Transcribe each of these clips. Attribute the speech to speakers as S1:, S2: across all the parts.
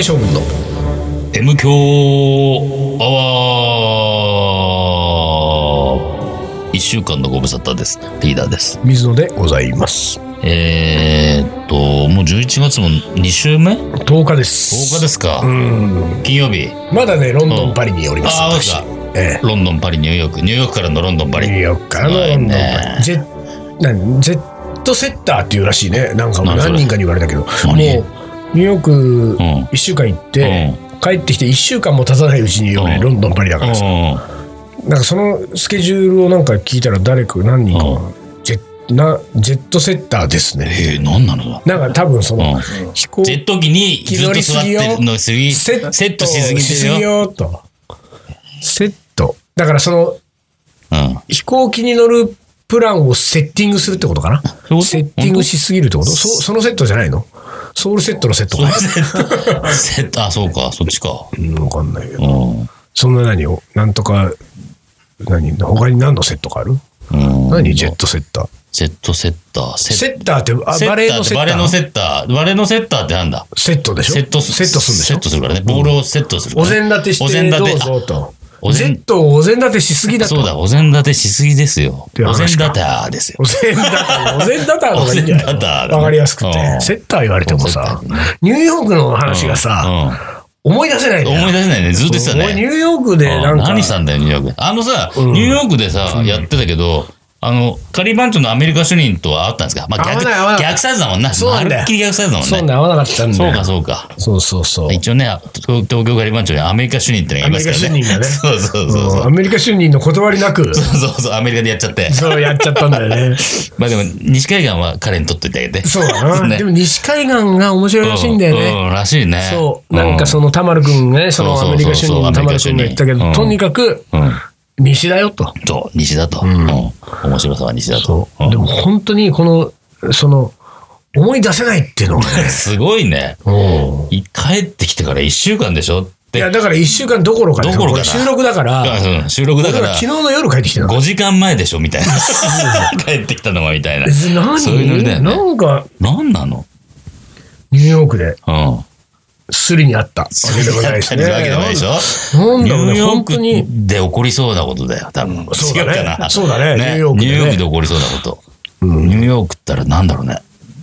S1: 名将軍の
S2: M 強アワー。1週間のご無沙汰です。リーダーです。
S1: 水野でございます。
S2: もう11月も2週目
S1: ?10 日です。
S2: 10日ですか。金曜日。
S1: まだね、ロンドン、パリにおります。
S2: ああ、そうですか。ロンドン、パリ、ニューヨーク。ニューヨークからのロンドン、パリ。
S1: ニューヨークからのロンドン、パリ。ジェットセッターっていうらしいね。なんか何人かに言われたけど。もう、ニューヨーク1週間行って、帰ってきて1週間も経たないうちにロンドン、パリだからさ。なんかそのスケジュールをなんか聞いたら何人かジェットセッターですね。
S2: 何なの？
S1: なんか多分その飛行
S2: ジェット機にずっと座ってるのセットしすぎよと。
S1: セットだからその飛行機に乗るプランをセッティングするってことかな。セッティングしすぎるってこと？そのセットじゃないの？ソウルセットのセットか。
S2: セット、あ、そうか、そっちか。
S1: わかんないけど。そんな何をなんとか他に何のセットがある？何ジェットセッター？
S2: ジェットセッター。
S1: セッターってバレーのセッター？バレーのセッタ
S2: ー。バレーのセッターってなんだ？
S1: セットでしょ？セットするんでしょ？
S2: セットするからね。ボールをセットする。
S1: お膳立てしてどうぞと。セットをお膳立てしすぎだと。
S2: そうだ、お膳立てしすぎですよ。お膳立てーですよ。
S1: お膳立てーの方がいいんじゃないの？わかりやすくて。セッター言われてもさ、ニューヨークの話がさ、思い出せないね。
S2: 思い出せないね。ずっと言ってたね。
S1: 俺ニューヨークでなんか。
S2: 何したんだよ、ニューヨーク。ニューヨークでさ、やってたけど、カリー番長のアメリカ主任とは会ったんですか？まあ逆サイズだもんな。
S1: そうなんだよ。
S2: まるっきり逆サイズだもんね。
S1: そうね、合わなかったんだよ。
S2: そうか。
S1: そう。
S2: 一応ね、東京カリー番長にアメリカ主任ってのがいますからね。
S1: アメリカ主任がね。
S2: そう。
S1: アメリカ主任の断りなく。
S2: そう、アメリカでやっちゃって。
S1: そう、やっちゃったんだよね。
S2: まあでも、西海岸は彼に取っといてあげて。
S1: そうだな。でも西海岸が面白いらしいんだよね。
S2: らしいね。
S1: そう。なんかその田丸くんね、そのアメリカ主任の田丸くんが言ったけど、とにかく、西だよと。
S2: そう、西だと。面白さは西だと。
S1: でも本当に思い出せないっていうのがね。
S2: すごいね。帰ってきてから1週間でしょ？
S1: いや、だから1週間どころか収録だから。
S2: 収録だから。
S1: 昨日の夜帰ってきてた。
S2: 5時間前でしょみたいな。帰ってきたのはみたいな。そういうノリだよね。
S1: なんか。
S2: 何なの？
S1: ニューヨークで。スリにあった。
S2: スリにあったりするわけじゃないでしょ？ニューヨークで起こりそうなことだよ、多分。違うかな。
S1: そうだね。
S2: ニューヨークで起こりそうなこと。ニューヨークったらなんだろうね。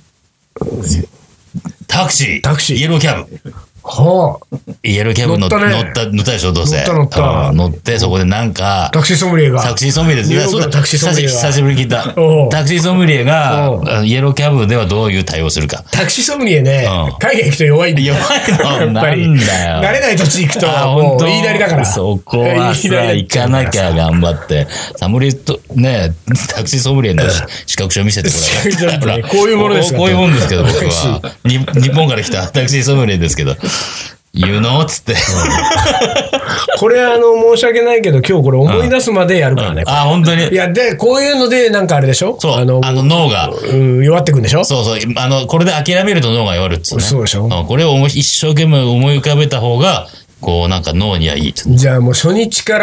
S2: タクシー。イエローキャブ。イエローキャブ乗ったでしょ、どうせ。乗ってそこでなんか。
S1: タクシーソムリエが。
S2: ですね。久しぶりに聞いた。タクシーソムリエが、イエローキャブではどういう対応するか。
S1: タクシーソムリエね、海外行くと弱いんだよ。
S2: 弱いのなんだよ。
S1: 慣れない土地行くと、もう言いなりだから。
S2: そこはさ、行かなきゃ頑張って。サムリと、ね、タクシーソムリエの資格書見せてもらう。
S1: こういうものです
S2: こういうもんですけど、僕は。日本から来たタクシーソムリエですけど。言うのつって。
S1: これ申し訳ないけど、今日これ思い出すまでやるからね。
S2: 本当に。
S1: いや、で、こういうので、なんかあれでしょ？
S2: そう。脳が。
S1: 弱ってくんでしょ？
S2: そう。これで諦めると脳が弱るっつうね。
S1: そうでしょ？
S2: これを一生懸命思い浮かべた方が、こうなんか脳にはいい。
S1: じゃあもう初日から、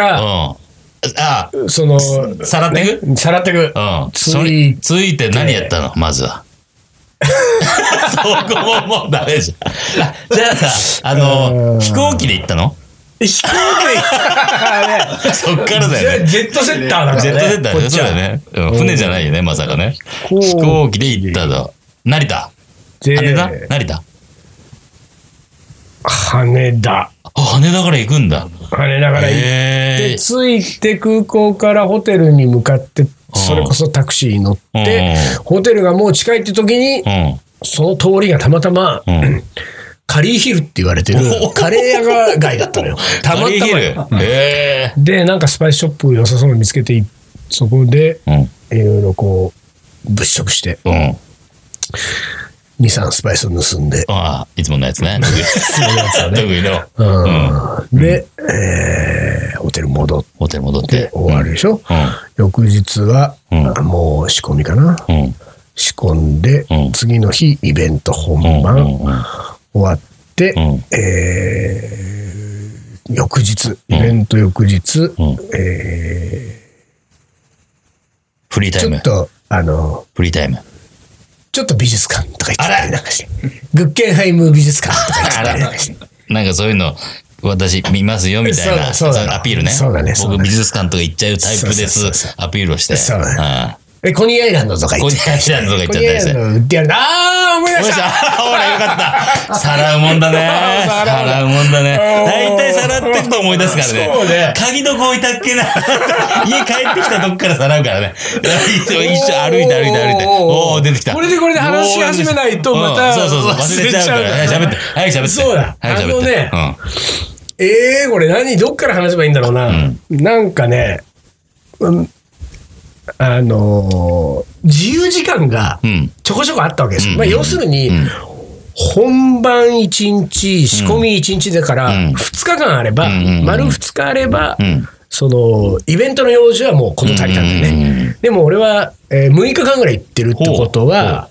S2: さらってく？
S1: さらってく。
S2: ついて何やったのまずは。そこももうダメじゃん。じゃあさ、飛行機で行ったの？
S1: 飛行機で行った
S2: そっからだよね。
S1: ジェットセッターだからね。
S2: ジェットセッターね。そうだよね。船じゃないよね、まさかね。飛行機で行ったぞ。成田？羽田？成田？
S1: 羽田。
S2: 羽田から行くんだ。
S1: 羽田から行って、着いて空港からホテルに向かって、それこそタクシーに乗って、ホテルがもう近いって時に、その通りがたまたま、カリーヒルって言われてるカレー屋街だったのよ。たまたま。で、なんかスパイスショップ良さそうなの見つけて、そこで、いろいろこう、物色して、2、3スパイスを盗んで。
S2: いつものやつね。
S1: 得意の。で、ホテル戻って。終わるでしょ？翌日は、もう仕込みかな。仕込んで、次の日、イベント本番、終わって、翌日、イベント翌日、
S2: フリータイム。
S1: ちょっと、
S2: フリータイム。
S1: ちょっと美術館とか行ったりなんかして、グッケンハイム美術館とか行ったりなんかして。
S2: なんかそういうの、私見ますよみたいな、
S1: そうだ
S2: アピールね。
S1: そうだね。
S2: 僕美術館とか行っちゃうタイプです。アピールをして。
S1: そうだね。コニーアイランドとか行っちゃった。
S2: コニーアイランドとか行っちゃったりして。
S1: 思い出した。
S2: ほら、よかった。さらうもんだね。さらうもんだね。大体さらってくと思い出すからね。そうね。鍵どこ置いたっけな。家帰ってきたとこからさらうからね。一緒歩いて。おー、出てきた。
S1: これで話し始めないとまた
S2: 忘れちゃうからね。喋って。早く喋って。
S1: そうだ。これどっから話せばいいんだろうな。なんかね、自由時間がちょこちょこあったわけですよ。要するに、本番1日、仕込み1日だから、2日間あれば、丸2日あれば、その、イベントの用事はもうこと足りたんだよね。でも俺は、6日間ぐらい行ってるってことは、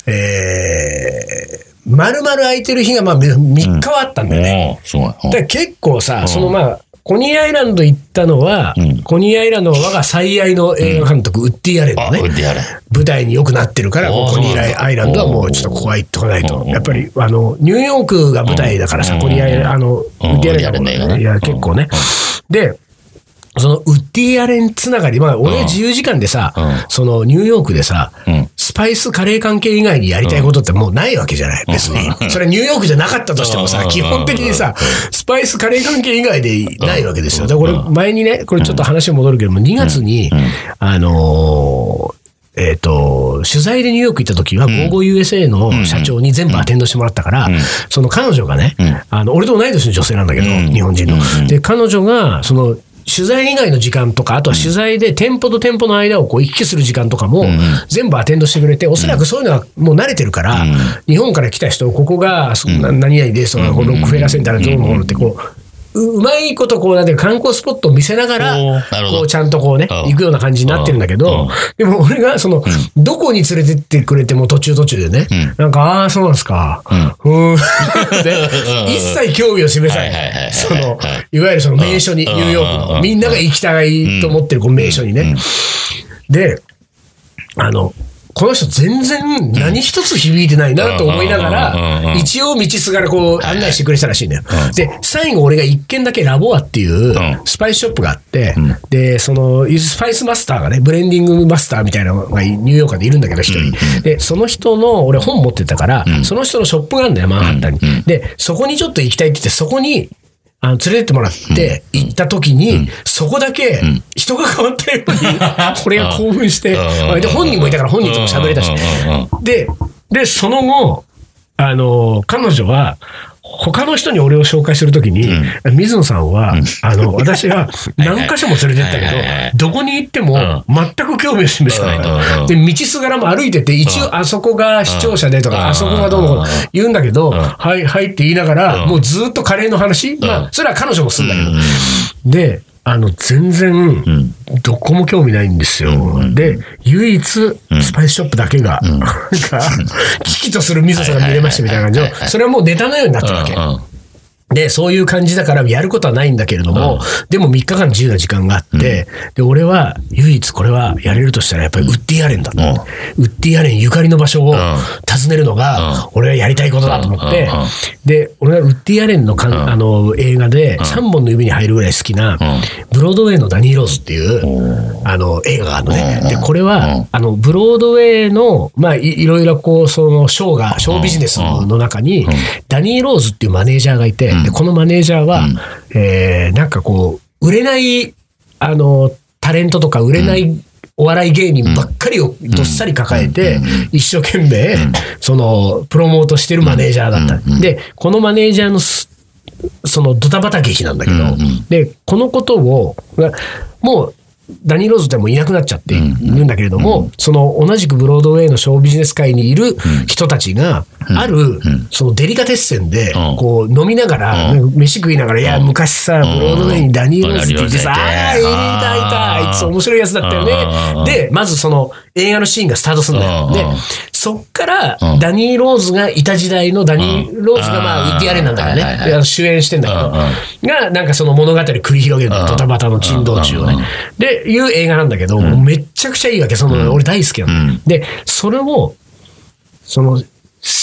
S1: 丸々空いてる日が3日はあったんだよね。だから結構さ、コニーアイランド行ったのは、コニーアイランドは我が最愛の映画監督、ウッディ・アレンのね、舞台によくなってるから、コニーアイランドはもうちょっとここは行っとかないと。やっぱり、ニューヨークが舞台だからさ、コニーアイランド、ウッディ・アレンの映画ね。いや、結構ね。で、そのウッディ・アレンつながり、俺自由時間でさ、そのニューヨークでさ、スパイスカレー関係以外にやりたいことってもうないわけじゃない、別に。それはニューヨークじゃなかったとしてもさ、基本的にさ、スパイスカレー関係以外でないわけですよ。だからこれ前にね、これちょっと話戻るけども、2月に、取材でニューヨーク行った時は、GoGoUSA の社長に全部アテンドしてもらったから、その彼女がね、俺と同い年の女性なんだけど、日本人の。で、彼女が、その、取材以外の時間とか、あとは取材で店舗と店舗の間を行き来する時間とかも全部アテンドしてくれて、おそらくそういうのはもう慣れてるから、日本から来た人、ここが何々で、そのロックフェラーセンターでどうのこうのってこう、うまいことこう、なんていう観光スポットを見せながら、こう、ちゃんとこうね、行くような感じになってるんだけど、でも俺が、その、どこに連れてってくれても途中でね、なんか、そうなんですか、一切興味を示さない。その、いわゆるその名所に、ニューヨークの、みんなが行きたいと思ってるこう名所にね。で、この人全然何一つ響いてないなと思いながら、一応道すがらこう案内してくれたらしいんだよ。で、最後俺が一軒だけラボアっていうスパイスショップがあって、で、そのスパイスマスターがね、ブレンディングマスターみたいなのがニューヨーカーでいるんだけど一人。で、その人の、俺本持ってたから、その人のショップがあるんだよ、マンハッタンに。で、そこにちょっと行きたいって言って、そこに、連れてってもらって行った時に、そこだけ人が変わったように、俺が興奮して、で、本人もいたから本人とも喋れたし。で、その後、彼女は、他の人に俺を紹介するときに、水野さんは、私は何箇所も連れてったけど、どこに行っても全く興味を示さないと。で、道すがらも歩いてて、一応あそこが視聴者でとか、あそこがどうのこうの言うんだけど、はい、はいって言いながら、もうずっとカレーの話、それは彼女もするんだけど。で、全然、どこも興味ないんですよ。で、唯一、スパイスショップだけが、危機とする水野さんが見れましたみたいな感じの、それはもうネタのようになってるわけ。で、そういう感じだからやることはないんだけれども、でも3日間自由な時間があって、で、俺は唯一これはやれるとしたらやっぱりウッディ・アレンだと。ウッディ・アレンゆかりの場所を訪ねるのが、俺はやりたいことだと思って、で、俺はウッディ・アレンの映画で3本の指に入るぐらい好きな、ブロードウェイのダニー・ローズっていう、映画があるのね。で、これは、ブロードウェイの、いろいろこう、その、ショービジネスの中に、ダニー・ローズっていうマネージャーがいて、で、このマネージャーは、なんかこう、売れない、タレントとか売れないお笑い芸人ばっかりをどっさり抱えて、一生懸命、その、プロモートしてるマネージャーだった。で、このマネージャーの、そのドタバタ劇なんだけど、で、このことを、もう、ダニー・ローズってもういなくなっちゃっているんだけれども、その同じくブロードウェイのショービジネス界にいる人たちが、ある、そのデリカテッセンで、こう飲みながら、飯食いながら、いや、昔さ、ブロードウェイにダニー・ローズって言ってさ、あいつ面白いやつだったよね。で、まずその映画のシーンがスタートするんだよ。で、そっから、ダニー・ローズがいた時代のダニー・ローズがウッディ・アレンなんだからね、主演してんだけど、が、なんかその物語繰り広げるドタバタの珍道中をね。で、いう映画なんだけど、めちゃくちゃいいわけ。俺大好きなの。で、それを、その、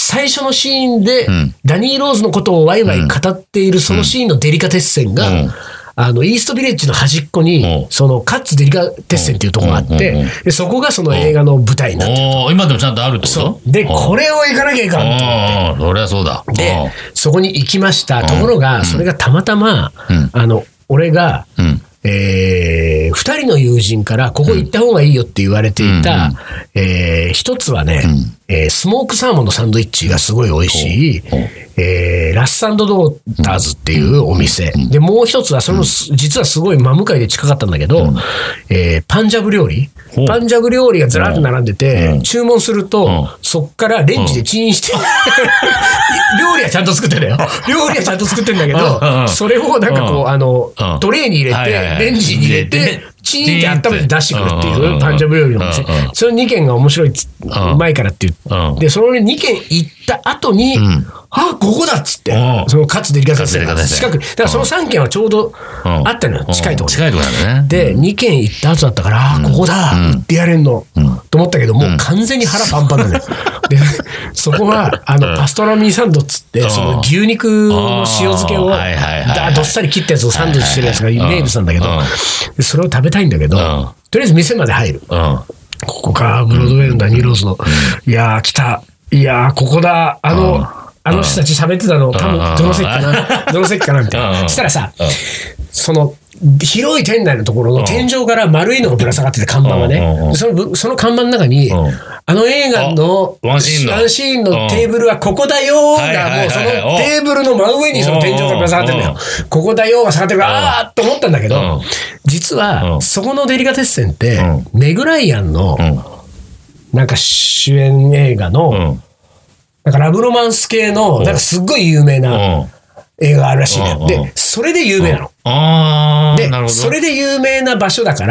S1: 最初のシーンで、ダニー・ローズのことをワイワイ語っているそのシーンのデリカテッセンが、イーストビレッジの端っこに、そのカッツデリカテッセンっていうところがあって、でそこがその映画の舞台になってる。
S2: 今でもちゃんとあるってこと？
S1: で、これを行かなきゃいかんと思って。
S2: そりゃそうだ。
S1: で、そこに行きました。ところが、それがたまたま、俺が、2人の友人からここ行った方がいいよって言われていた、一つはね、スモークサーモンのサンドイッチがすごい美味しい、ラッサンドドーターズっていうお店。で、もう一つは、その、実はすごい真向かいで近かったんだけど、パンジャブ料理パンジャブ料理がずらっと並んでて、注文すると、そっからレンジでチンして、料理はちゃんと作ってんだよ。料理はちゃんと作ってんだけど、それをなんかこう、トレーに入れて、レンジに入れて、チーンって温めて出してくるっていうパンジャブ料理のお店。その2軒が面白い、うまいからって言って、で、その2軒行った後に、あ、ここだっつって、そのカツデリカテッセン近くに。だからその3軒はちょうどあったのよ、近いところ。
S2: 近いところだね。
S1: で、2軒行った後だったから、ここだ、売ってやれんの、と思ったけど、もう完全に腹パンパンなんだよ。で、そこは、パストラミーサンドっつって、その牛肉の塩漬けを、どっさり切ったやつをサンドしてるやつが名物なんだけど、それを食べたいんだけど、とりあえず店まで入る。ここか、ブロードウェイのダニー・ローズの。いやー、来た。いやー、ここだ。あの人たち喋ってたの、多分どの席かなどの席かなみたいな。そしたらさ、その、広い店内のところの天井から丸いのがぶら下がってて、看板はね。その看板の中に、あの映画のワンシーンのテーブルはここだよーが、もうそのテーブルの真上にその天井がぶら下がってるんだよ。ここだよーが下がってるから、あーっと思ったんだけど、実は、そこのデリカテッセンって、メグライアンの、なんか主演映画の、なんかラブロマンス系の、なんかすっごい有名な映画があるらしいんだよ。で、それで有名なの。で、それで有名な場所だから、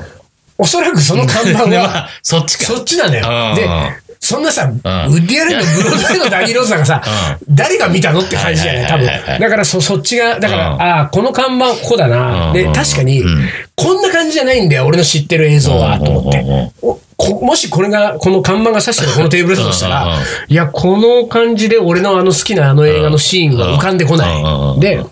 S1: おそらくその看板は、そっちなんだよ。で、そんなさ、ウッディアレンのブロードウェイのダニー・ローズさんがさ、誰が見たのって感じじゃない多分。だからそっちが、だから、ああ、この看板ここだな。で、確かに、こんな感じじゃないんだよ、俺の知ってる映像は、と思って。もしこの看板が指してるこのテーブルだとしたら、いや、この感じで俺の好きな映画のシーンが浮かんでこない。で、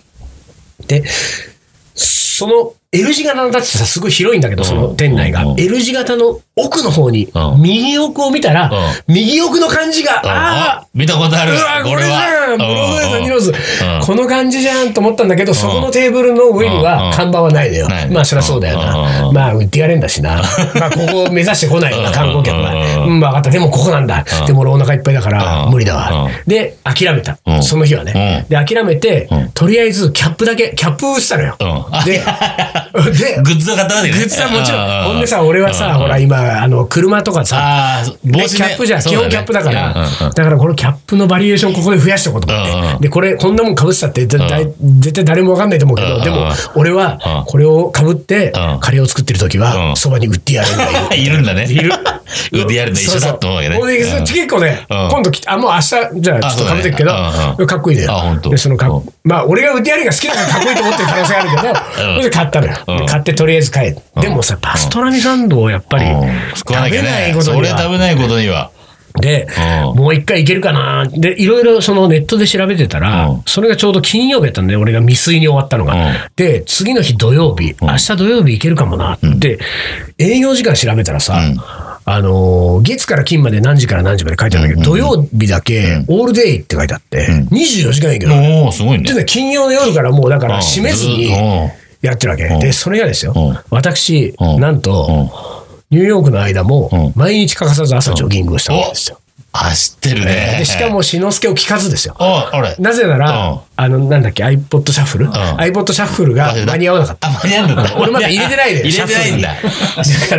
S1: その L 字型だってさ、すごい広いんだけど、その店内が。L 字型の奥の方に、右奥を見たら、右奥の感じが、
S2: 見たことある。
S1: うわ、これじゃんブロードウェイのダニー・ローズ。この感じじゃんと思ったんだけど、そこのテーブルの上には看板はないのよ。まあ、そりゃそうだよな。まあ、売ってやれんだしな。まあ、ここを目指してこないよな、観光客が。分かった。でもここなんだ。でも俺お腹いっぱいだから、無理だわ。で、諦めた。その日はね。で、諦めて、とりあえずキャップ売ってたのよ。で、
S2: グッズを買ったわけね。
S1: グッズはもちろん。ほんでさ、俺はさ、ほら今、車とかさ、キャップじゃん、基本キャップだから、だからこのキャップのバリエーションここで増やしておこうと思って。で、こんなもん被ってたって絶対誰もわかんないと思うけど、でも俺はこれを被ってカレーを作ってる時は、そばにウッディアレンがいる。
S2: いるんだね。いる。ウッディアレンと一緒だと思うわけね。
S1: 結構ね、今度もう明日、じゃあちょっと被ってるけど、かっこいいね。で、まあ俺がウッディアレンが好きだからかっこいいと思ってる可能性あるけど、それで買ったのよ。買ってとりあえず帰る。でもさ、パストラミサンドをやっぱり食べないことには。
S2: それ食べないことには。
S1: で、もう一回いけるかな。で、いろいろそのネットで調べてたら、それがちょうど金曜日やったんで、俺が未遂に終わったのが。で、次の日土曜日、明日土曜日いけるかもなって、営業時間調べたらさ、月から金まで何時から何時まで書いてあるんだけど、土曜日だけ、オールデイって書いてあって、24時間営業。
S2: おー、すごいね。
S1: で、金曜の夜からもうだから閉めずにやってるわけ。で、それがですよ、私、なんと、ニューヨークの間も、毎日欠かさず朝ジョギングをしたわけですよ。
S2: 走ってるね。
S1: で、しかも、志の輔を聞かずですよ。
S2: あれ。
S1: なぜなら、なんだっけ、iPod シャッフル ?iPod シャッフルが間に合わなかった。
S2: 間に合うんだ。
S1: 俺まだ入れてないで。
S2: 入れてないんだ。
S1: だから、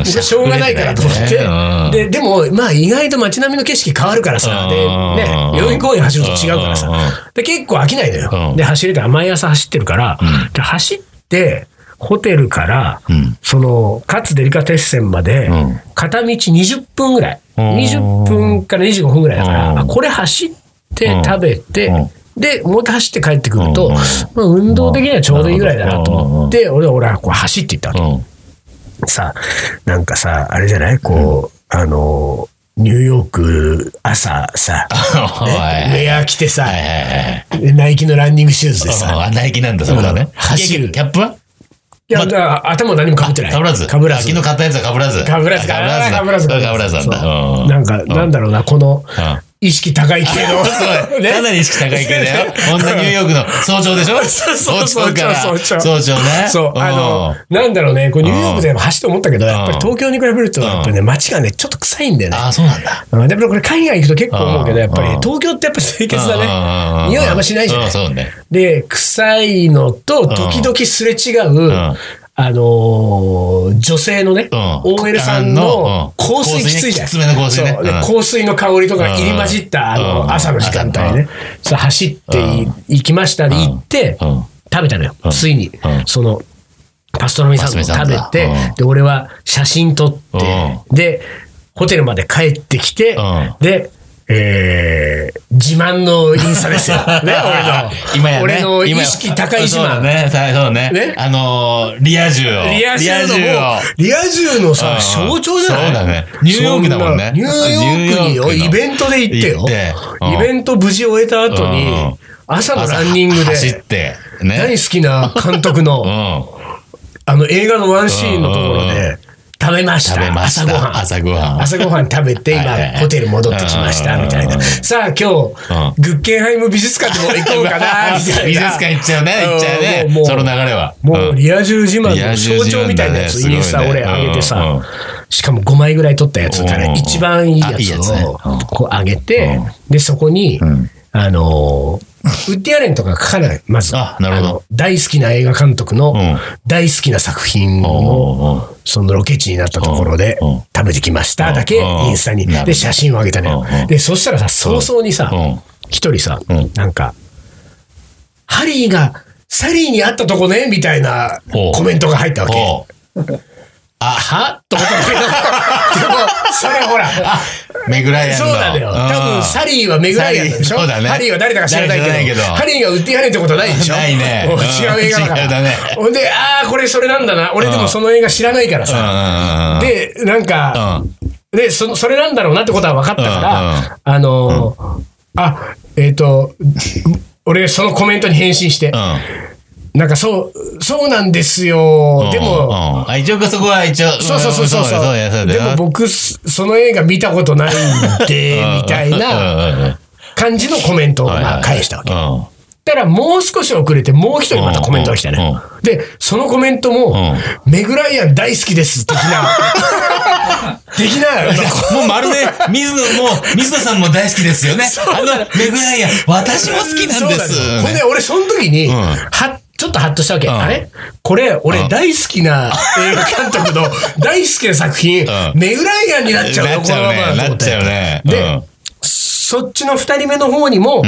S1: しょうがないからと思って。でも、まあ意外と街並みの景色変わるからさ。で、ね、代々木公園走ると違うからさ。で、結構飽きないのよ。で、走れたら毎朝走ってるから、走って、ホテルから、その、カツデリカテッセンまで、片道20分ぐらい。20分から25分ぐらいだから、これ走って食べて、で、もう一回走って帰ってくると、まあ、運動的にはちょうどいいぐらいだなと思って、俺はこう走っていったわけ。さ、なんかさ、あれじゃないこう、 ニューヨーク朝さ、ウェア着てさ、ナイキのランニングシューズでさ。
S2: ナイキなんだ、それはね。
S1: 走る。
S2: キャップは？
S1: いや、頭何も被ってない。
S2: 被らず。
S1: 被らず。
S2: 昨日買ったやつは被らず。
S1: 被らず。
S2: 被らずなんだ。
S1: なんか、なんだろうな、この、意識高い系の。
S2: かなり意識高い系だよ。こんなニューヨークの早朝でしょ？早朝から。早朝ね。
S1: そう。なんだろうね、ニューヨークで走って思ったけど、やっぱり東京に比べると、やっぱりね、街がね、ちょっと臭いんだよね。
S2: ああ、そうなんだ。
S1: でもこれ海外行くと結構思うけど、やっぱり東京ってやっぱ清潔だね。匂いあんましないじゃない。
S2: そうね。
S1: で、臭いのと、時々すれ違う、女性のね、OL さんの香水きついじゃん。
S2: きつめの香水ね。
S1: 香水の香りとか入り混じった朝の時間帯ね。走って行きましたで行って、食べたのよ。ついに。その、パストラミサンドを食べて、で、俺は写真撮って、で、ホテルまで帰ってきて、で、自慢のインスタですよ。ね、俺の意識高い自慢。
S2: そうね。リア充を。
S1: リア充のさ、象徴じゃない？
S2: そうだね。ニューヨークだもんね。
S1: ニューヨークにイベントで行ってよ。イベント無事終えた後に、朝のランニングで、
S2: 走って、
S1: 大好きな監督の、映画のワンシーンのところで、食べました。朝ごはん食べて、今、ホテル戻ってきました、みたいな。さあ、今日、グッケンハイム美術館でも行こうかな、みたいな。
S2: 美術館行っちゃうね。その流れは。
S1: もう、リア充自慢の象徴みたいなやつ、インスタ俺上げてさ、しかも5枚ぐらい撮ったやつから一番いいやつをこう上げて、で、そこに、ウッディアレンとか書かない。まず。大好きな映画監督の大好きな作品を、そのロケ地になったところで食べてきましただけインスタに。で、写真を上げたのよ。で、そしたらさ、早々にさ、一人さ、なんか、ハリーがサリーに会ったとこねみたいなコメントが入ったわけ。はと思ったんだけど、でも、それほら、
S2: メグライアンの。
S1: そうなんだよ。多分、サリーはメグライアンなんでしょ？ハリーは誰だか知らないけど、ハリーがウッディアレンってことないでしょ？
S2: ないね。
S1: 違う映画だから。ほんで、これそれなんだな。俺でもその映画知らないからさ。で、なんか、で、それなんだろうなってことは分かったから、俺そのコメントに返信して、なんかそうなんですよ。でも、
S2: 一応そこは一応。
S1: そう。でも僕、その映画見たことないんで、みたいな感じのコメントを返したわけ。だからもう少し遅れて、もう一人またコメントが来たね。で、そのコメントも、メグライアン大好きです、的な。
S2: もうまるで、水野さんも大好きですよね。メグライアン、私も好きなんです。
S1: ほんで、俺その時に、ちょっとハッとしたわけ。あれこれ、俺大好きな映画監督の大好きな作品、メグライアンになっちゃうよ、このまま。
S2: なっちゃうね。
S1: で、そっちの二人目の方にも、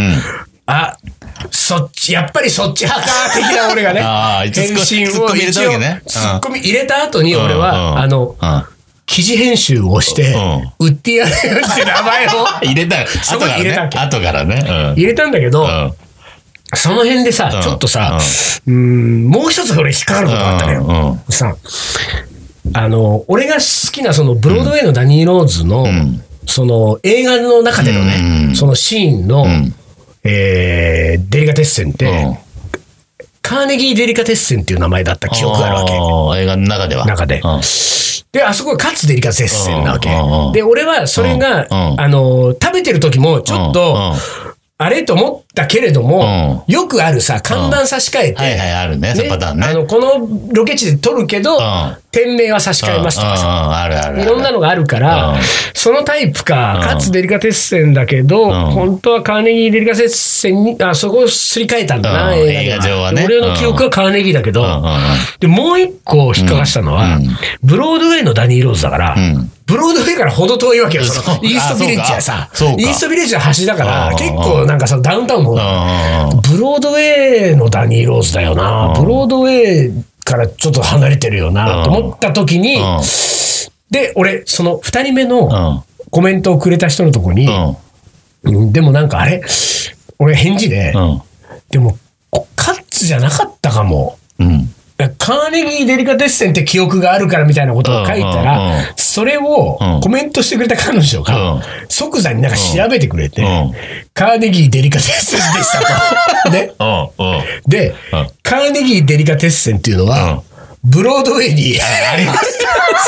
S1: やっぱりそっち派か、的な俺がね、返信をツッコミ入れた後に俺は、記事編集をして、ウッディアレンって名前を
S2: 入れた。後からね。
S1: 入れたんだけど、その辺でさ、ちょっとさ、もう一つ俺引っかかることがあったのよ。さ、俺が好きなそのブロードウェイのダニー・ローズの、その映画の中でのね、そのシーンの、デリカテッセンって、カーネギー・デリカテッセンっていう名前だった記憶があるわけ。
S2: 映画の中では。
S1: で、あそこがカツデリカテッセンなわけ。で、俺はそれが、食べてる時もちょっと、あれと思ったけれども、よくあるさ、看板差し替えて。
S2: あるね、そのパターンね。
S1: このロケ地で撮るけど、店名は差し替えますとかさ。いろんなのがあるから、そのタイプか、かつデリカテッセンだけど、本当はカーネギーデリカテッセンに、そこをすり替えたんだな、映画上はね。俺の記憶はカーネギーだけど、で、もう一個引っかかしたのは、ブロードウェイのダニー・ローズだから、ブロードウェイからほど遠いわけよ。イーストビレッジはさ、イーストビレッジの端だから、結構なんかそのダウンタウンの方ブロードウェイのダニー・ローズだよな。ブロードウェイからちょっと離れてるよな、と思った時に、で、俺、その二人目のコメントをくれた人のとこに、でもなんかあれ、俺返事で、でも、カッツじゃなかったかも。カーネギーデリカテッセンって記憶があるからみたいなことを書いたら、 それをコメントしてくれた彼女が、即座になんか調べてくれて、カーネギーデリカテッセンでしたと。ね。で、カーネギーデリカテッセンっていうのは、ブロードウェイにあります。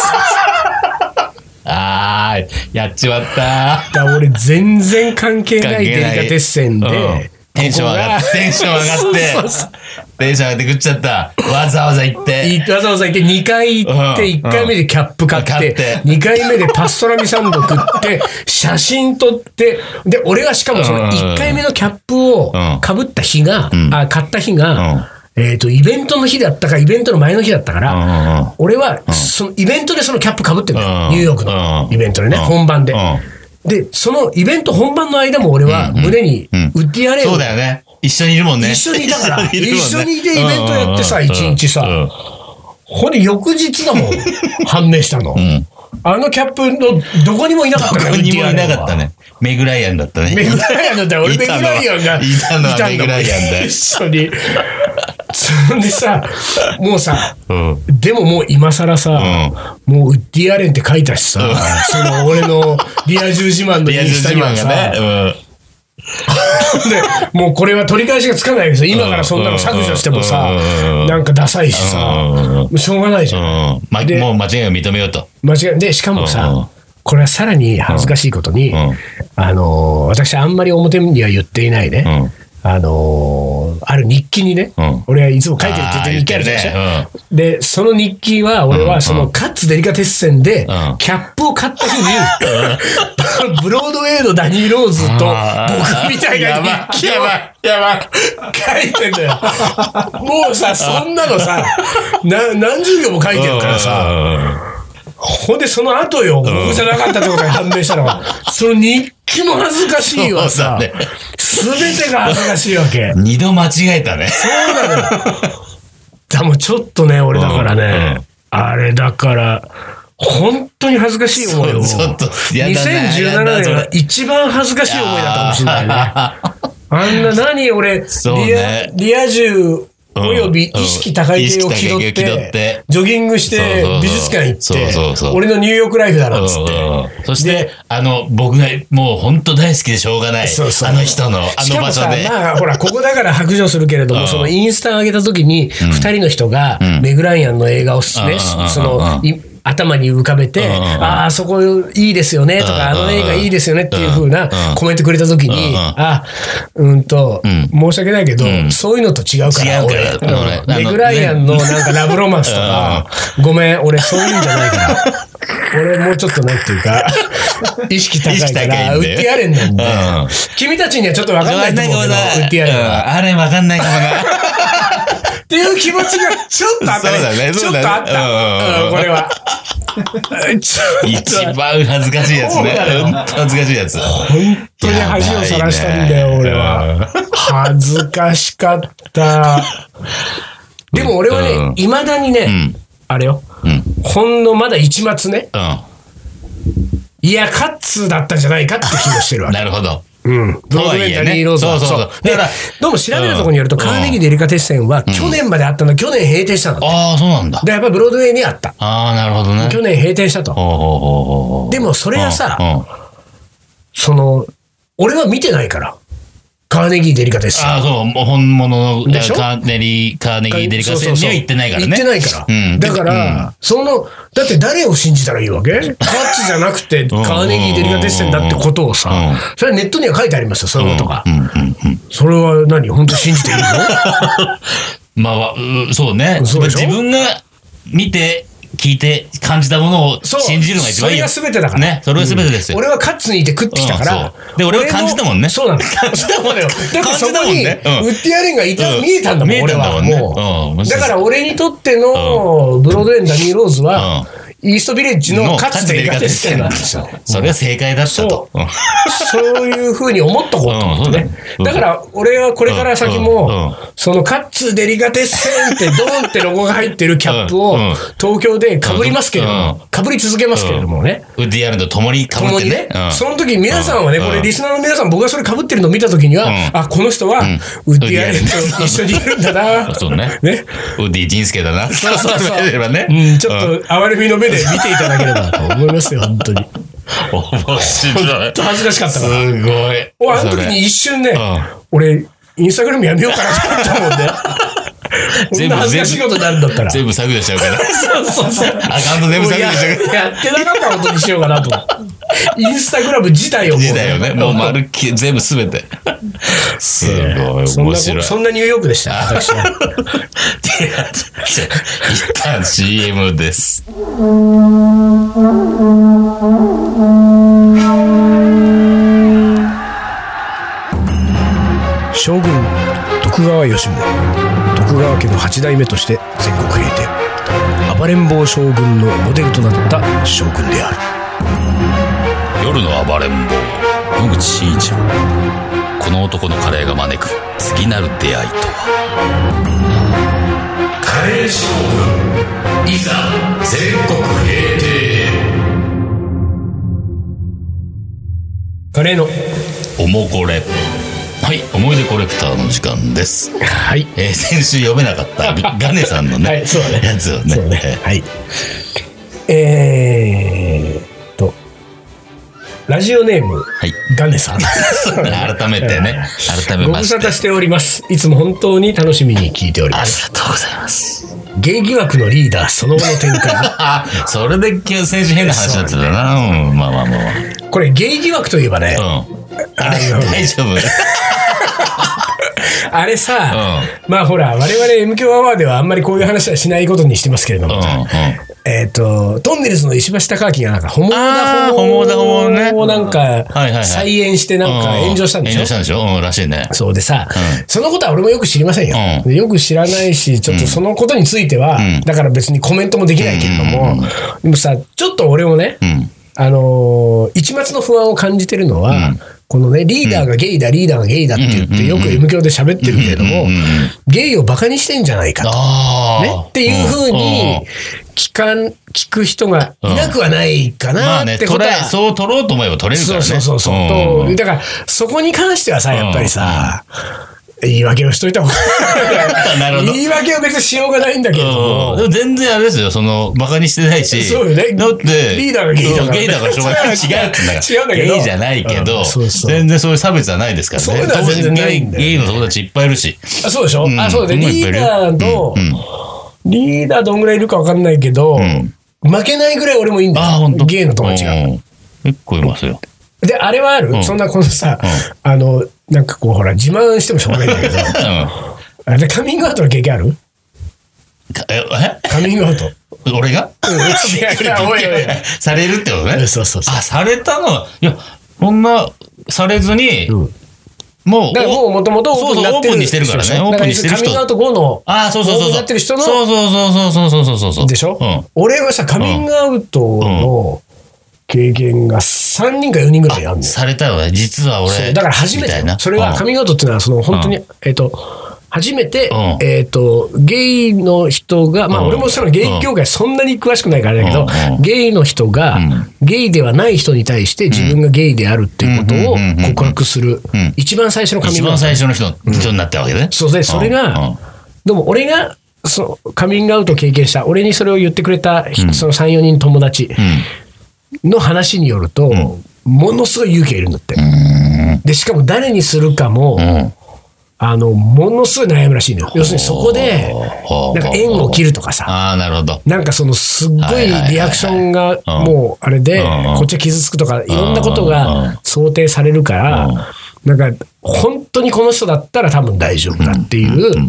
S2: やっちまった。
S1: 俺全然関係ないデリカテッセンで、
S2: テンション上がって、テンション上がって食っちゃった。わざわざ行って。
S1: 2回行って、1回目でキャップ買って、2回目でパストラミサンド食って、写真撮って、で、俺はしかもその1回目のキャップを被った日が、買った日が、イベントの日だったか、イベントの前の日だったから、俺は、そのイベントでそのキャップ被ってんだよ。ニューヨークのイベントでね、本番で。で、そのイベント本番の間も俺は胸にウッディアレン。
S2: そうだよね。一緒にいるもんね。
S1: 一緒にいたから、一緒にいてイベントやってさ、一日さ。ほんで翌日だもん、判明したの。あのキャップのどこにもいなかったから。
S2: どこにもいなかったね。メグライアンだったね。
S1: メグライアンだった。俺メグライアンが
S2: いたのはメグライアンだよ。
S1: 一緒に。そんでさ、もうさ、でももう今更さ、もうウッディアレンって書いたしさ、その俺のリア充自慢のインスタにはさ、で、もうこれは取り返しがつかないですよ。今からそんなの削除してもさ、なんかダサいしさ、しょうがないじゃん。
S2: もう間違いを認めようと。
S1: 間違いで、しかもさ、これはさらに恥ずかしいことに、私あんまり表には言っていないね。ある日記にね、俺はいつも書いてるって言って日記あるじゃないですか。で、その日記は、俺はそのカッツデリカテッセンで、キャップを買った日に、ブロードウェイのダニー・ローズと僕みたいな日記を書いてんだよ。もうさ、そんなのさ、何十行も書いてるからさ、ほんでその後よ、僕じゃなかったってことが判明したのは、その日記も恥ずかしいわさ、すべてが恥ずかしいわけ。
S2: 二度間違えたね。
S1: そうなのよ。でもちょっとね、俺だからね、あれだから、本当に恥ずかしい思いを。
S2: ちょっと、
S1: 2017年は一番恥ずかしい思いだったかもしれないね。あんな何俺、リア充、および意識高い系を気取って、ジョギングして、美術館行って、俺のニューヨークライフだなっつって。
S2: そして、僕がもう本当大好きでしょうがない、あの人の、あの場所で。
S1: まあ、ほら、ここだから白状するけれども、そのインスタ上げた時に、二人の人が、メグライアンの映画をね、その、頭に浮かべて、あそこいいですよねとか、あの映画いいですよねっていう風なコメントくれたときに、申し訳ないけど、そういうのと違うから、俺、メグライアンのなんかラブロマンスとか、ごめん、俺そういうんじゃないから、俺もうちょっとなんていうか、意識高いから、ウッディアレンなんで、君たちにはちょっとわかんないと思うけど、ウッディアレンは。
S2: あれわかんないかもな。
S1: っていう気持ちがちょっとあったね。ちょっとあった。これは。
S2: 一番恥ずかしいやつね。本当恥ずかしいやつ。
S1: 本当に恥をさらしたんだよ、俺は。恥ずかしかった。でも俺はね、未だにね、あれよ。ほんのまだ一末ね。いや、カッツーだったんじゃないかって気もしてるわけ。
S2: なるほど。
S1: ブロードウェイダニー・ローズは。そう。だから、どうも調べるところによると、カーネギー・デリカテッセンは去年まであったんだ。去年閉店したんだ。
S2: ああ、そうなんだ。
S1: で、やっぱりブロードウェイにあった。
S2: ああ、なるほどね。
S1: 去年閉店したと。でもそれがさ、俺は見てないから。カーネギー・デリカテッセン。
S2: ああ、そう。本物のカーネギー・デリカテッセンには行ってないからね。
S1: 行ってないから。だから、だって誰を信じたらいいわけ？カッツじゃなくて、カーネギー・デリカテッセンだってことをさ、それはネットには書いてありますよ、そういうことが。それは本当信じていいの？
S2: まあ、そうね。自分が見て、聞いて感じたものを信じるのが一番いい。
S1: それが全てだから。
S2: ね、それが全てですよ。
S1: 俺はカッツにいて食ってきたから。
S2: で、俺は感じたもんね。
S1: そうなんだ。感じたもんだよ。だってそこにウッディアレンが見えたんだもん、俺は。もう。だから俺にとってのブロードウェイのダニー・ローズは、イーストビレッジのカツデリカテッセンなんですよ。
S2: それが正解だったと。
S1: そういうふうに思っとこうと思ってね。だから俺はこれから先も、そのカツデリカテッセンってドーンってロゴが入ってるキャップを東京で被りますけれども、被り続けますけれどもね。
S2: ウッディアレンと共に被ってね。
S1: その時皆さんはね、これリスナーの皆さん僕がそれ被ってるのを見た時には、あ、この人はウッディアレンと一緒にいるんだな。
S2: そうね。ウッディ人助だな。
S1: そう。ちょっと哀れみの目目で見ていただければと思いますよ、本当に。
S2: 面白い。
S1: 本当恥ずかしかったから。
S2: すごい。
S1: あの時に一瞬ね、俺、インスタグラムやめようかなと思うんで。こんな恥ずかしいことになるんだったら。
S2: 全部削除しちゃうから。
S1: そう。
S2: アカウント全部削除しちゃうから。
S1: やってなかったことにしようかなと。インスタグラム自体を。
S2: 自体をね、もう丸っきり全部すべて。すごい面白い。
S1: そんなニューヨークでした、私は。
S2: 一旦 CM です。
S1: 将軍徳川吉宗、徳川家の8代目として全国平定、暴れん坊将軍のモデルとなった将軍である。
S2: 夜の暴れん坊野口真一郎、この男のカレーが招く次なる出会いとは。カレー将軍いざ全国平定。
S1: カレーの
S2: おもこれ。はい、思い出コレクターの時間です。
S1: はい。
S2: 先週読めなかったガネさんのね、はい、そうね、やつをね。
S1: はい。ラジオネーム、はい、ガネさん。
S2: 改めてね、改めまして。ご無沙汰
S1: しております。いつも本当に楽しみに聞いております。
S2: ありがとうございます。
S1: ゲイ疑惑のリーダーその後の展開。
S2: それで先週変な話だったな。まあ。
S1: これゲイ疑惑といえばね。
S2: あれ大丈夫。
S1: あれさ、まあほら、我々 M 響アワーではあんまりこういう話はしないことにしてますけれども、トンネルズの石橋貴明がなんかホモダホモをなんか再演してなんか炎上したんでしょ。
S2: 炎上したんでしょ。らしいね。
S1: そうでさ、そのことは俺もよく知りませんよ。よく知らないし、ちょっとそのことについては、だから別にコメントもできないけれども、でもさ、ちょっと俺もね、一抹の不安を感じてるのは、このね、リーダーがゲイだ、リーダーがゲイだって言って、よく M 響で喋ってるけれども、ゲイをバカにしてんじゃないかと。ね。っていうふうに、聞く人がいなくはないかなってことは。
S2: そう取ろうと思えば取れるからね。
S1: そう。だから、そこに関してはさ、やっぱりさ、言い訳をしといた方がなるほど。言い訳は別にしようがないんだけど。
S2: でも全然あれですよ、バカにしてないし。
S1: そうよね。
S2: だって、
S1: リーダーがゲイだから。
S2: ゲイだからしょうがない。違うって言うんだから。
S1: 違うんだけど。
S2: ゲイじゃないけど、全然そういう差別はないですからね。
S1: そういうのは全然ないんだよ。
S2: ゲイの友達いっぱいいるし。
S1: そうでしょ。そうだね。リーダーどんぐらいいるか分かんないけど、負けないぐらい俺もいいんだよ。ゲイの友達が。
S2: 結構いますよ。
S1: で、あれはある？そんなこのさ、なんかこうほら、自慢してもしょうがないんだけど。で、カミングアウトの経験ある？カミングアウト。
S2: 俺が？されるってことね。
S1: そう。
S2: されたの？いや、そんな、されずに、も
S1: う、もともとオ
S2: ープンにしてるからね。オープンにしてる人。
S1: カミングアウト後の、
S2: そう。
S1: オープンになってる人の、
S2: そう。
S1: でしょ？俺はさ、カミングアウトの、経験が3人か4人ぐらいあるんだよ。
S2: されたよね。実は俺。
S1: だから初めて。それはカミングアウトっていうのは、本当に、初めて、ゲイの人が、まあ俺もそのゲイ業界そんなに詳しくないからだけど、ゲイの人が、ゲイではない人に対して自分がゲイであるっていうことを告白する。一番最初のカミングアウト。
S2: 一番最初の人になったわけね。
S1: そうで、それが、でも俺が、カミングアウトを経験した、俺にそれを言ってくれた、その3、4人友達、の話によると、ものすごい勇気がいるんだって。で、しかも誰にするかも、ものすごい悩むらしいのよ。要するにそこで、なんか縁を切るとかさ。
S2: なるほど。
S1: なんかそのすっごいリアクションがもうあれで、こっちは傷つくとか、いろんなことが想定されるから、なんか本当にこの人だったら多分大丈夫だっていう。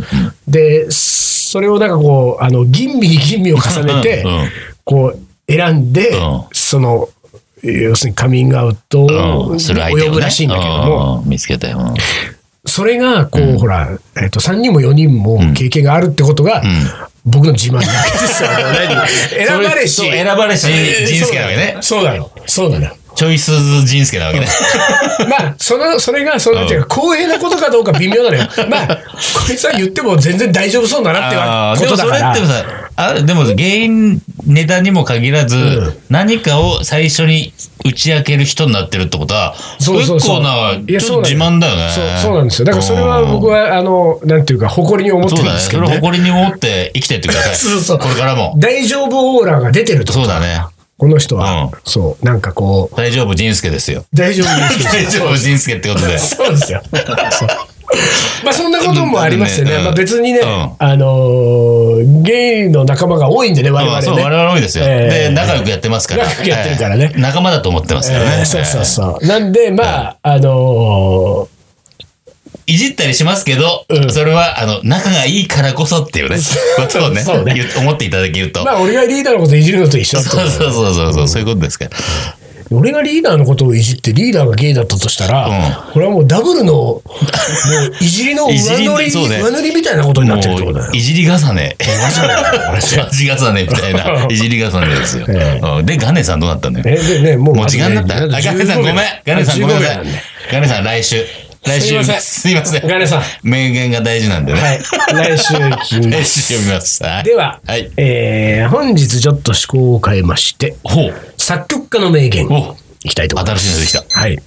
S1: で、それをなんかこう、吟味に吟味を重ねて、こう、選んで、要するにカミングアウトを及ぶらしいんだけども、
S2: 見つけたよ。
S1: それが、こう、ほら、3人も4人も経験があるってことが、僕の自慢なわけですよ。選ばれし。
S2: 選ばれし人助なわけね。
S1: そうだよ。
S2: チョイス人助なわけね。
S1: まあ、それが、公平なことかどうか微妙なのよ。まあ、こいつは言っても全然大丈夫そうだなってことだから。
S2: でもそれってさ、 でも原因ネタにも限らず、何かを最初に打ち明ける人になってるってことは、結構な、ちょっと自慢だよね。
S1: そうなんですよ。だからそれは僕は、なんていうか、誇りに思ってるんですけどね。
S2: それを誇りに思って生きてってください。そうこれからも。
S1: 大丈夫オーラが出てると。
S2: そうだね。
S1: この人は、そう、なんかこう。
S2: 大丈夫仁助ですよ。
S1: 大丈夫仁助。
S2: 大丈夫仁助ってことで。
S1: そうですよ。まあそんなこともありましてね。まあ別にね、ゲイの仲間が多いんでね、我々ね。
S2: そう、我々多いですよ。で、仲良くやってますから。
S1: 仲良くやってるからね。
S2: 仲間だと思ってますからね。
S1: そうそうそう。なんで、まあ、
S2: いじったりしますけど、それは、仲がいいからこそっていうね、ことをね、思っていただけると。
S1: まあ、俺がリーダーのこといじるのと一緒だと。
S2: そういうことですから。
S1: 俺がリーダーのことをいじってリーダーがゲイだったとしたら、これはもうダブルの、もういじりの上塗りみたいなことになってるってことだよ。
S2: いじり重ね。味重ねみたいな。いじり重ねですよ。で、ガネさんどうなったんだよ。
S1: も
S2: う時間になった？ガネさんごめん。ガネさんごめんなさい。ガネさん来週。すいません。
S1: ガネさん。
S2: 名言が大事なんでね。
S1: はい。来週聞みます。
S2: 読みます。
S1: では、本日ちょっと趣向を変えまして、作曲家の名言、いきたいと思います。
S2: 新しいのできた。
S1: はい。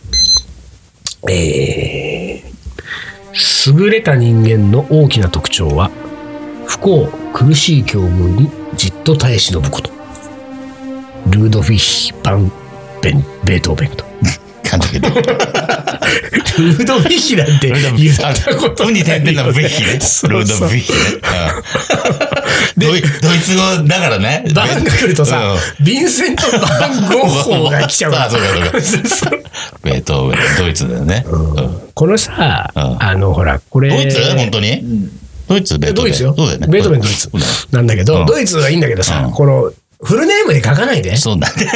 S1: 優れた人間の大きな特徴は、不幸、苦しい境遇にじっと耐え忍ぶこと。ルードフィヒ・ベートーベンと。
S2: 感じだけど。
S1: ルードヴィヒなんて言ったことない。
S2: ウニ点々のヴィヒね。ルードヴィヒね。ドイツ語だからね。
S1: バンが来るとさ、ヴィンセント・バン・ゴッホが来ちゃう。
S2: そうか。ベートーベン、ドイツだよね。
S1: このさ、ほら、これ。
S2: ドイツ本当にドイツベートーベン。
S1: ドイツよ。ベートーベンドイツ。なんだけど、ドイツはいいんだけどさ、この、フルネームで書かないで。
S2: そうだね。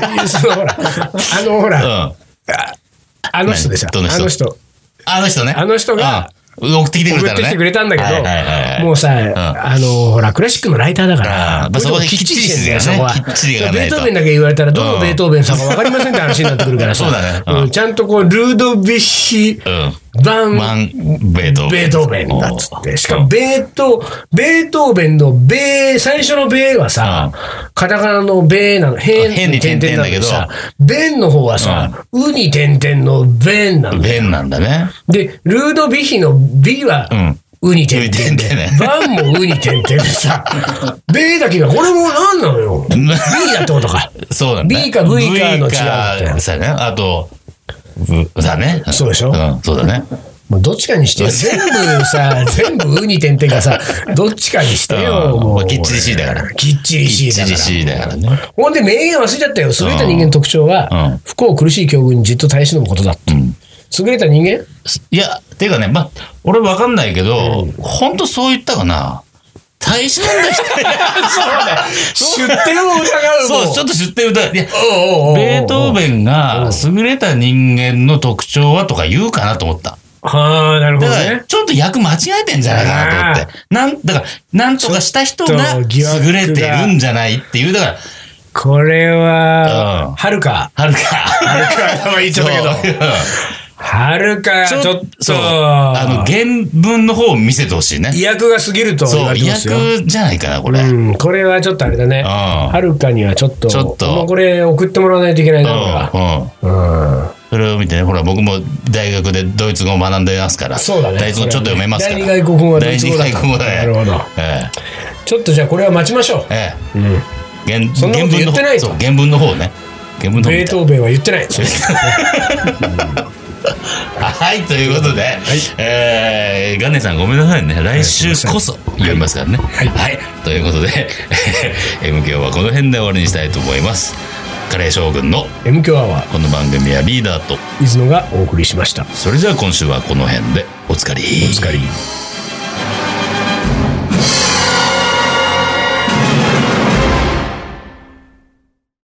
S1: ほら、あの人でさ、あの人
S2: ね。
S1: あの人が、
S2: 送ってきてくれたね。
S1: 送ってきてくれたんだけど、もうさ、ほら、クラシックのライターだから、
S2: そこできっちりしてんだよ、そこは。きっちりが
S1: ベートーベンだけ言われたら、どのベートーベンさんか分かりませんって話になってくるからさ、ちゃんとこう、ルードヴィヒ版ベートーベンだっつって。しかも、ベートーベンの最初のベーはさ、カタカナのベーなの、変に点々だけどさ、ベンの方はさ、ウに点々のベンなんだよ。
S2: ベンなんだね。で、
S1: ルードヴィヒのビは、ウに点々で、バンもウに点々でさ、ベーだけが、これも何なのよ。B だってことか。
S2: そうだね。
S1: B か V かの違う。
S2: そうだね。あと、だね。
S1: そうでしょ。
S2: そうだね。
S1: もうどっちかにしてよ。全部ウに点々がさ、どっちかにしてよ。もう
S2: きっちり C だから。
S1: きっちり C だから。
S2: きっちり C だからね。
S1: ほんで名言忘れちゃったよ。優れた人間の特徴は、不幸苦しい境遇にじっと耐え忍ぶことだって。優れた人間？
S2: いや、ていうかね、俺わかんないけど、ほんとそう言ったかな。耐え忍んだ人。そうね。
S1: 出典を疑う。
S2: そう、ちょっと出典を疑う。いや、ベートーベンが優れた人間の特徴はとか言うかなと思った。
S1: はあ、なるほどね。
S2: だから、ちょっと役間違えてんじゃないかなと思って。だから、なんとかした人が優れてるんじゃないっていう。だから、
S1: これは、はるかは言っちゃったけど。はるか、ちょっと。
S2: 原文の方を見せてほしいね。
S1: 意訳が過ぎると言われてますよ。
S2: 意訳じゃないかな、これ。
S1: これはちょっとあれだね。はるかにはちょっと。もうこれ送ってもらわないといけないな、
S2: それを見てね、ほら、僕も大学でドイツ語を学んでますから。
S1: そうだね。
S2: ドイツ語ちょっと読めますから。
S1: 第二外国語はドイツ語だ。
S2: 第二外国語だね。
S1: なるほど。ちょっとじゃあこれは待ちましょう。そんなこと言ってないと。
S2: 原文の方ね。
S1: ベートーベンは言ってない。
S2: はい、ということで、ガネさんごめんなさいね。来週こそ読みますからね。はい。ということで、M 強はこの辺で終わりにしたいと思います。カレー将軍の
S1: M 強アワー。
S2: この番組はリーダーと
S1: 水野がお送りしました。
S2: それじゃあ今週はこの辺でおつかり。
S1: おつかり。